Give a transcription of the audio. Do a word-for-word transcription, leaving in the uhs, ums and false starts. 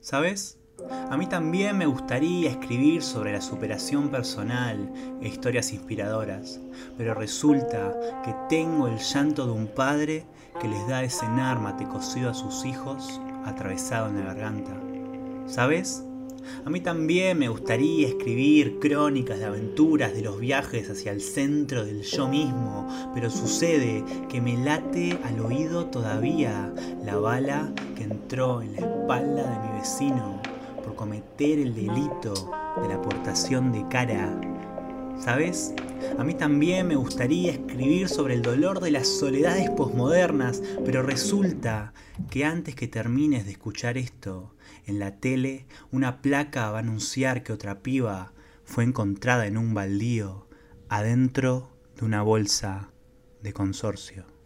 ¿Sabes? A mí también me gustaría escribir sobre la superación personal e historias inspiradoras, pero resulta que tengo el llanto de un padre que les da ese nármate cosido a sus hijos atravesado en la garganta. ¿Sabes? A mí también me gustaría escribir crónicas de aventuras de los viajes hacia el centro del yo mismo, pero sucede que me late al oído todavía la bala que entró en la espalda de mi vecino por cometer el delito de la aportación de cara. ¿Sabes? A mí también me gustaría escribir sobre el dolor de las soledades posmodernas, pero resulta que antes que termines de escuchar esto, en la tele una placa va a anunciar que otra piba fue encontrada en un baldío adentro de una bolsa de consorcio.